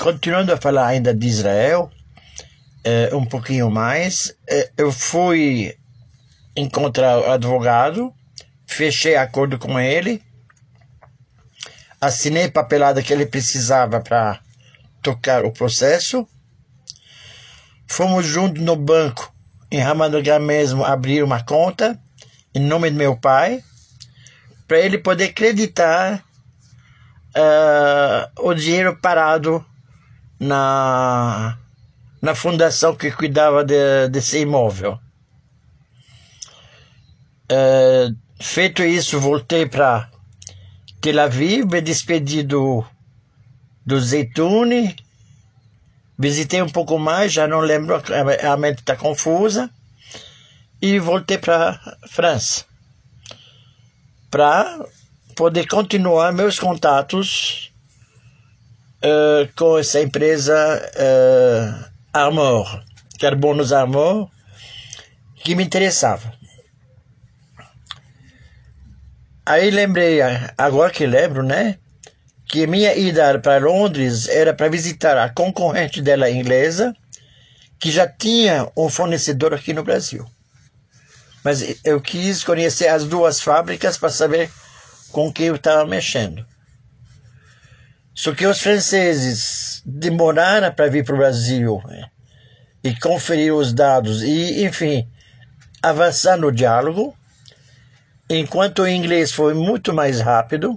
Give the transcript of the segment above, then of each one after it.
continuando a falar ainda de Israel, um pouquinho mais, eu fui encontrar o advogado, fechei acordo com ele, assinei a papelada que ele precisava para tocar o processo, fomos juntos no banco, em Ramadugá mesmo, abrir uma conta, em nome do meu pai, para ele poder acreditar o dinheiro parado na fundação que cuidava desse imóvel. Feito isso, voltei para Tel Aviv, me despedi do Zeytouni, visitei um pouco mais, já não lembro, a mente está confusa, e voltei para França, para poder continuar meus contatos com essa empresa Armor, Carbonos Armor, que me interessava. Aí lembrei, agora que lembro, né, que minha ida para Londres era para visitar a concorrente dela inglesa, que já tinha um fornecedor aqui no Brasil. Mas eu quis conhecer as duas fábricas para saber com quem eu estava mexendo. Só que os franceses demoraram para vir para o Brasil e conferir os dados e, enfim, avançar no diálogo, enquanto o inglês foi muito mais rápido.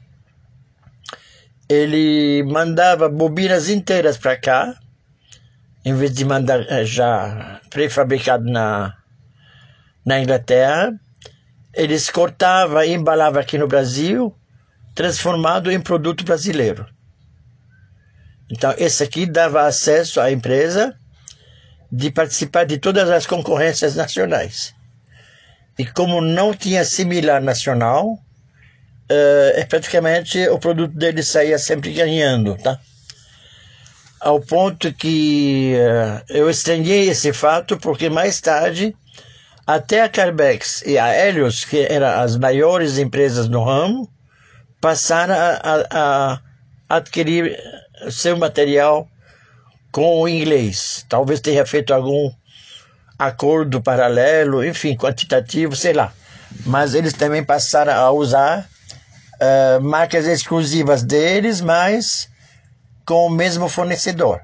Ele mandava bobinas inteiras para cá, em vez de mandar já pré-fabricado na Inglaterra. Eles cortavam e embalavam aqui no Brasil, transformado em produto brasileiro. Então, esse aqui dava acesso à empresa de participar de todas as concorrências nacionais. E como não tinha similar nacional, praticamente o produto dele saía sempre ganhando, tá? Ao ponto que eu estranhei esse fato, porque mais tarde, até a Carbex e a Helios, que eram as maiores empresas no ramo, passaram a adquirir seu material com o inglês. Talvez tenha feito algum acordo paralelo, enfim, quantitativo, sei lá. Mas eles também passaram a usar marcas exclusivas deles, mas com o mesmo fornecedor.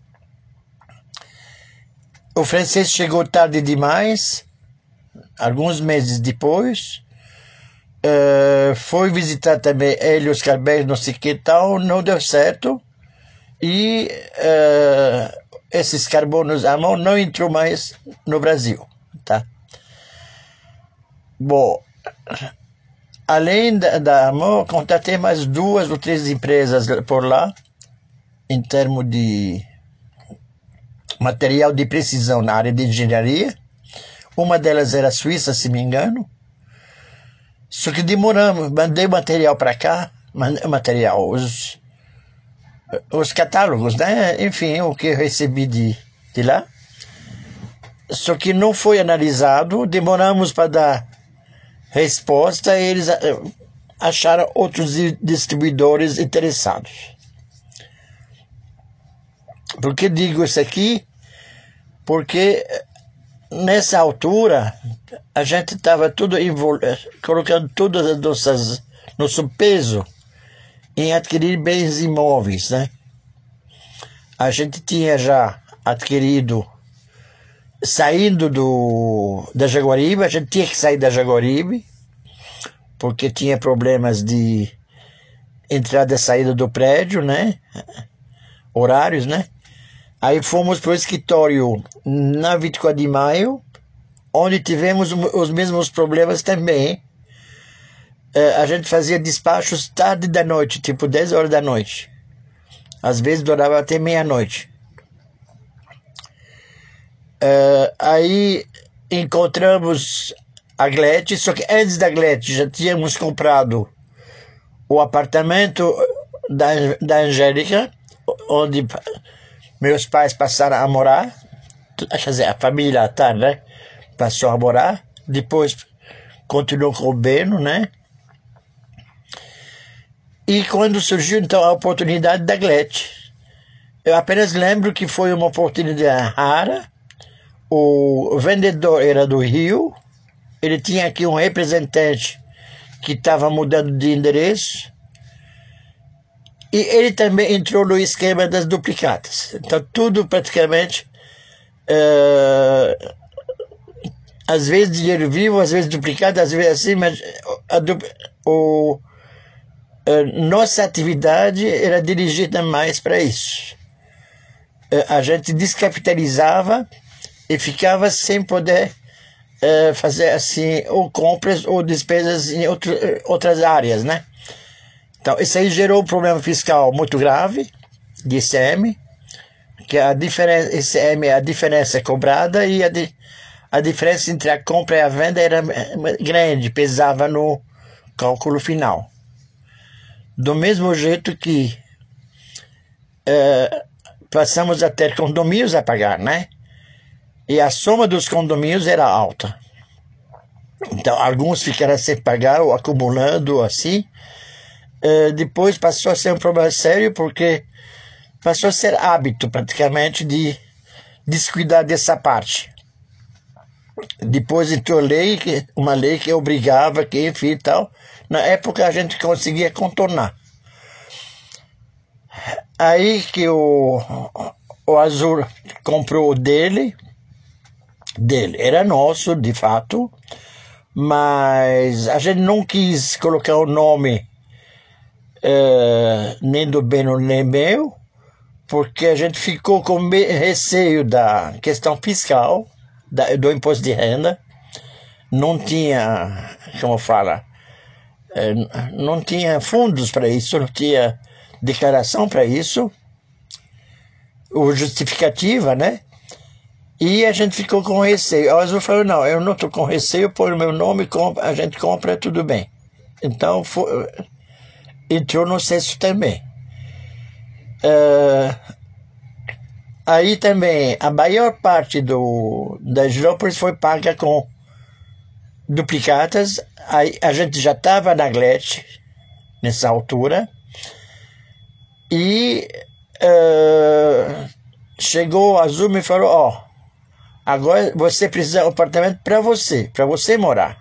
O francês chegou tarde demais, alguns meses depois. Foi visitar também Helios, Carbex, não sei que tal, não deu certo. E esses carbonos à mão não entrou mais no Brasil, tá? Bom, além da Amor, contatei mais 2 ou 3 empresas por lá, em termos de material de precisão na área de engenharia. Uma delas era suíça, se me engano. Só que demoramos, mandei material para cá, os catálogos, né? Enfim, o que eu recebi de lá. Só que não foi analisado, demoramos para dar resposta e eles acharam outros distribuidores interessados. Por que digo isso aqui? Porque nessa altura a gente estava tudo colocando todas as nosso peso em adquirir bens imóveis, né? A gente tinha já adquirido, saindo da Jaguaribe, a gente tinha que sair da Jaguaribe, porque tinha problemas de entrada e saída do prédio, né? Horários, né? Aí fomos para o escritório na 24 de Maio, onde tivemos os mesmos problemas também. A gente fazia despachos tarde da noite, tipo 10 horas da noite. Às vezes durava até meia-noite. Aí encontramos a Glete, só que antes da Glete já tínhamos comprado o apartamento da Angélica, onde meus pais passaram a morar. Quer dizer, a família tá, né? Passou a morar. Depois continuou com o Beno, né? E quando surgiu então a oportunidade da Glete, Eu apenas lembro que foi uma oportunidade rara. O vendedor era do Rio, ele tinha aqui um representante que estava mudando de endereço, e ele também entrou no esquema das duplicatas. Então, tudo praticamente, às vezes dinheiro vivo, às vezes duplicado, às vezes assim, mas o, nossa atividade era dirigida mais para isso. A gente descapitalizava e ficava sem poder fazer assim, ou compras ou despesas em outras áreas, né? Então, isso aí gerou um problema fiscal muito grave de ICM, que a diferença, ICM é a diferença cobrada e a diferença entre a compra e a venda era grande, pesava no cálculo final. Do mesmo jeito que passamos a ter condomínios a pagar, né? E a soma dos condomínios era alta. Então, alguns ficaram sem pagar ou acumulando assim. Depois passou a ser um problema sério, porque passou a ser hábito praticamente de descuidar dessa parte. Depois entrou uma lei que obrigava que, enfim, tal. Na época a gente conseguia contornar. Aí que o Azul comprou o dele era nosso, de fato, mas a gente não quis colocar o nome nem do Beno nem meu, porque a gente ficou com receio da questão fiscal, do imposto de renda. Não tinha, como fala, não tinha fundos para isso, não tinha declaração para isso, ou justificativa, né? E a gente ficou com receio. A Azul falou, não, eu não estou com receio, põe o meu nome, a gente compra, tudo bem. Então, entrou no censo também. Aí também, a maior parte das Girópolis foi paga com duplicatas. Aí a gente já estava na GLET nessa altura. E chegou o Azul e falou, ó, agora você precisa de um apartamento para você morar.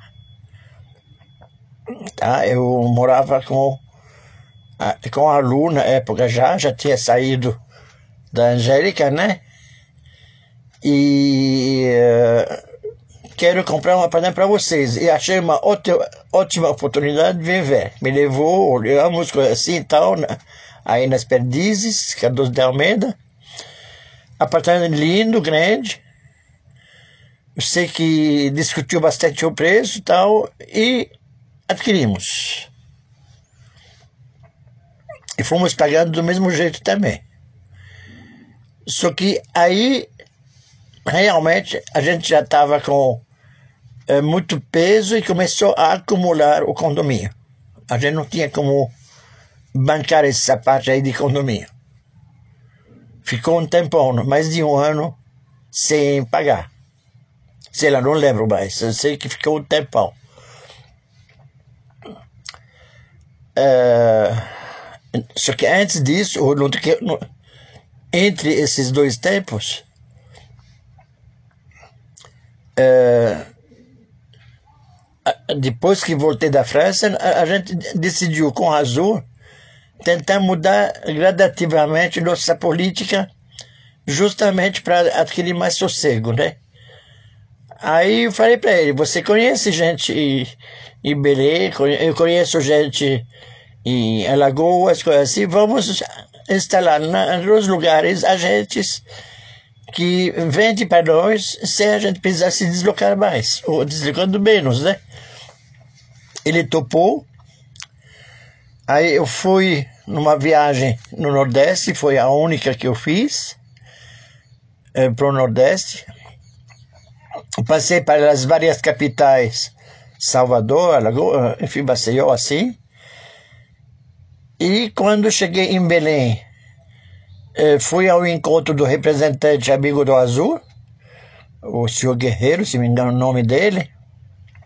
Tá? Eu morava com a Lu na época já tinha saído da Angélica, né? E quero comprar um apartamento para vocês. E achei uma ótima oportunidade de vir ver. Me levou, olhamos, coisa assim e tal, aí nas Perdizes, Cardoso de Almeida. Apartamento lindo, grande. Eu sei que discutiu bastante o preço e tal, e adquirimos. E fomos pagando do mesmo jeito também. Só que aí, realmente, a gente já estava com muito peso e começou a acumular o condomínio. A gente não tinha como bancar essa parte aí de condomínio. Ficou um tempão, mais de um ano, sem pagar. Sei lá, não lembro mais. Eu sei que ficou um tempão. Só que antes disso, entre esses dois tempos, depois que voltei da França, a gente decidiu com a Azul tentar mudar gradativamente nossa política, justamente para adquirir mais sossego, né? Aí eu falei para ele, você conhece gente em Belém, eu conheço gente em Alagoas, coisas assim, vamos instalar nos lugares agentes que vendem para nós sem a gente precisar se deslocar mais, ou deslocando menos, né? Ele topou. Aí eu fui numa viagem no Nordeste, foi a única que eu fiz para o Nordeste. Passei pelas várias capitais, Salvador, Alagoas, enfim, Maceió, assim. E quando cheguei em Belém, fui ao encontro do representante amigo do Azul, o senhor Guerreiro, se me engano o nome dele.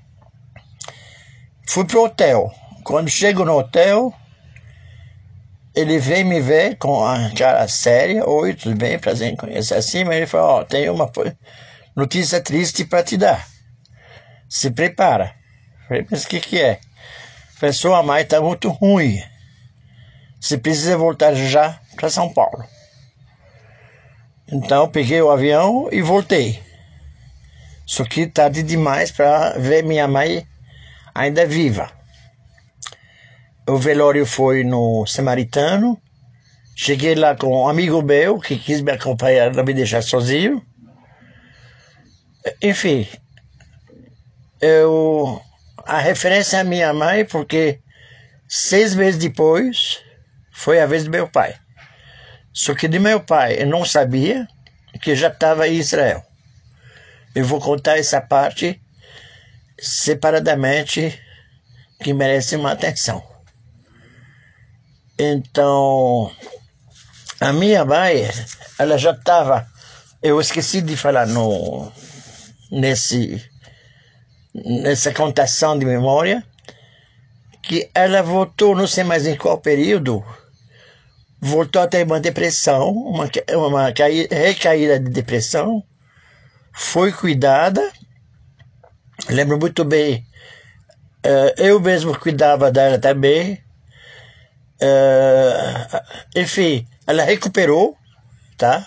Fui pro hotel. Quando chego no hotel, ele veio me ver com a cara séria. Oi, tudo bem? Prazer em conhecer assim. Mas ele falou, ó, tem uma notícia triste para te dar. Se prepara. Falei, mas o que é? Falei, sua mãe está muito ruim. Você precisa voltar já para São Paulo. Então peguei o avião e voltei. Só que tarde demais para ver minha mãe ainda viva. O velório foi no Samaritano. Cheguei lá com um amigo meu que quis me acompanhar, não me deixar sozinho. Enfim, a referência é a minha mãe, porque 6 meses depois foi a vez do meu pai. Só que de meu pai eu não sabia que já estava em Israel. Eu vou contar essa parte separadamente, que merece uma atenção. Então, a minha mãe, ela já estava, eu esqueci de falar nessa contação de memória, que ela voltou, não sei mais em qual período, voltou a ter uma depressão, uma recaída de depressão, foi cuidada, lembro muito bem, eu mesmo cuidava dela também, enfim, ela recuperou, tá?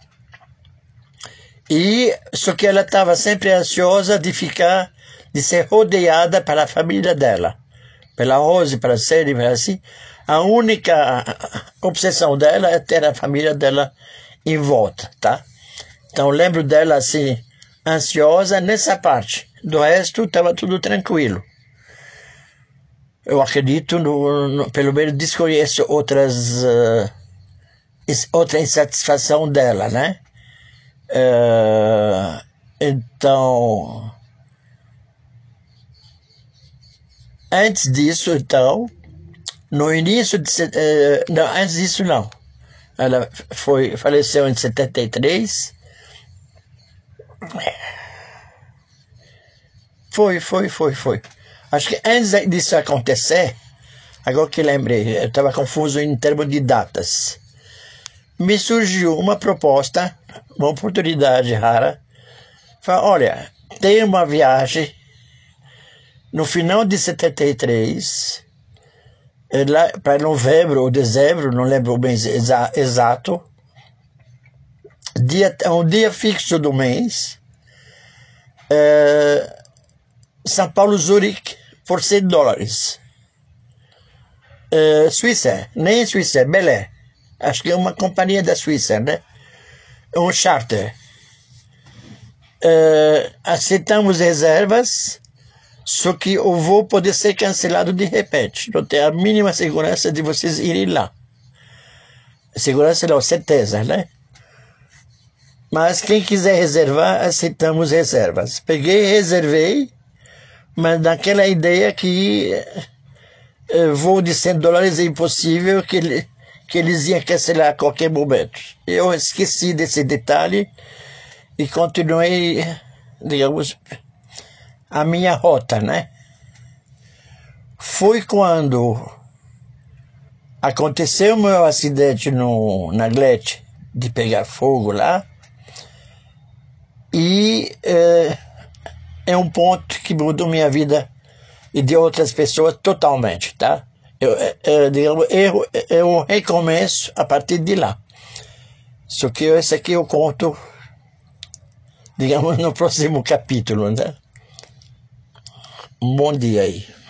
Só que ela estava sempre ansiosa de ser rodeada pela família dela, pela Rose, pela Célia, pela assim. A única obsessão dela é ter a família dela em volta, tá? Então lembro dela assim, ansiosa nessa parte. Do resto estava tudo tranquilo. Eu acredito, pelo menos desconheço outra insatisfação dela, né? Então, antes disso, então, no início não, antes disso não. Ela faleceu em 73. Foi. Acho que antes disso acontecer, agora que lembrei, eu estava confuso em termos de datas. Me surgiu uma proposta, uma oportunidade rara. Falei, olha, tem uma viagem no final de 73, para novembro ou dezembro, não lembro o mês exato, um dia fixo do mês, São Paulo, Zurique, por $100. Suíça, nem Suíça, Belém. Acho que é uma companhia da Suíça, né? Um charter. Aceitamos reservas, só que o voo pode ser cancelado de repente. Não tem a mínima segurança de vocês irem lá. Segurança não, certeza, né? Mas quem quiser reservar, aceitamos reservas. Peguei e reservei, mas naquela ideia que voo de $100 é impossível, que eles iam cancelar a qualquer momento. Eu esqueci desse detalhe e continuei, digamos, a minha rota, né? Foi quando aconteceu o meu acidente na Glete, de pegar fogo lá, e é um ponto que mudou minha vida e de outras pessoas totalmente, tá? Digamos, eu recomeço a partir de lá. Só que esse aqui eu conto, digamos, no próximo capítulo, né? Um bom dia aí.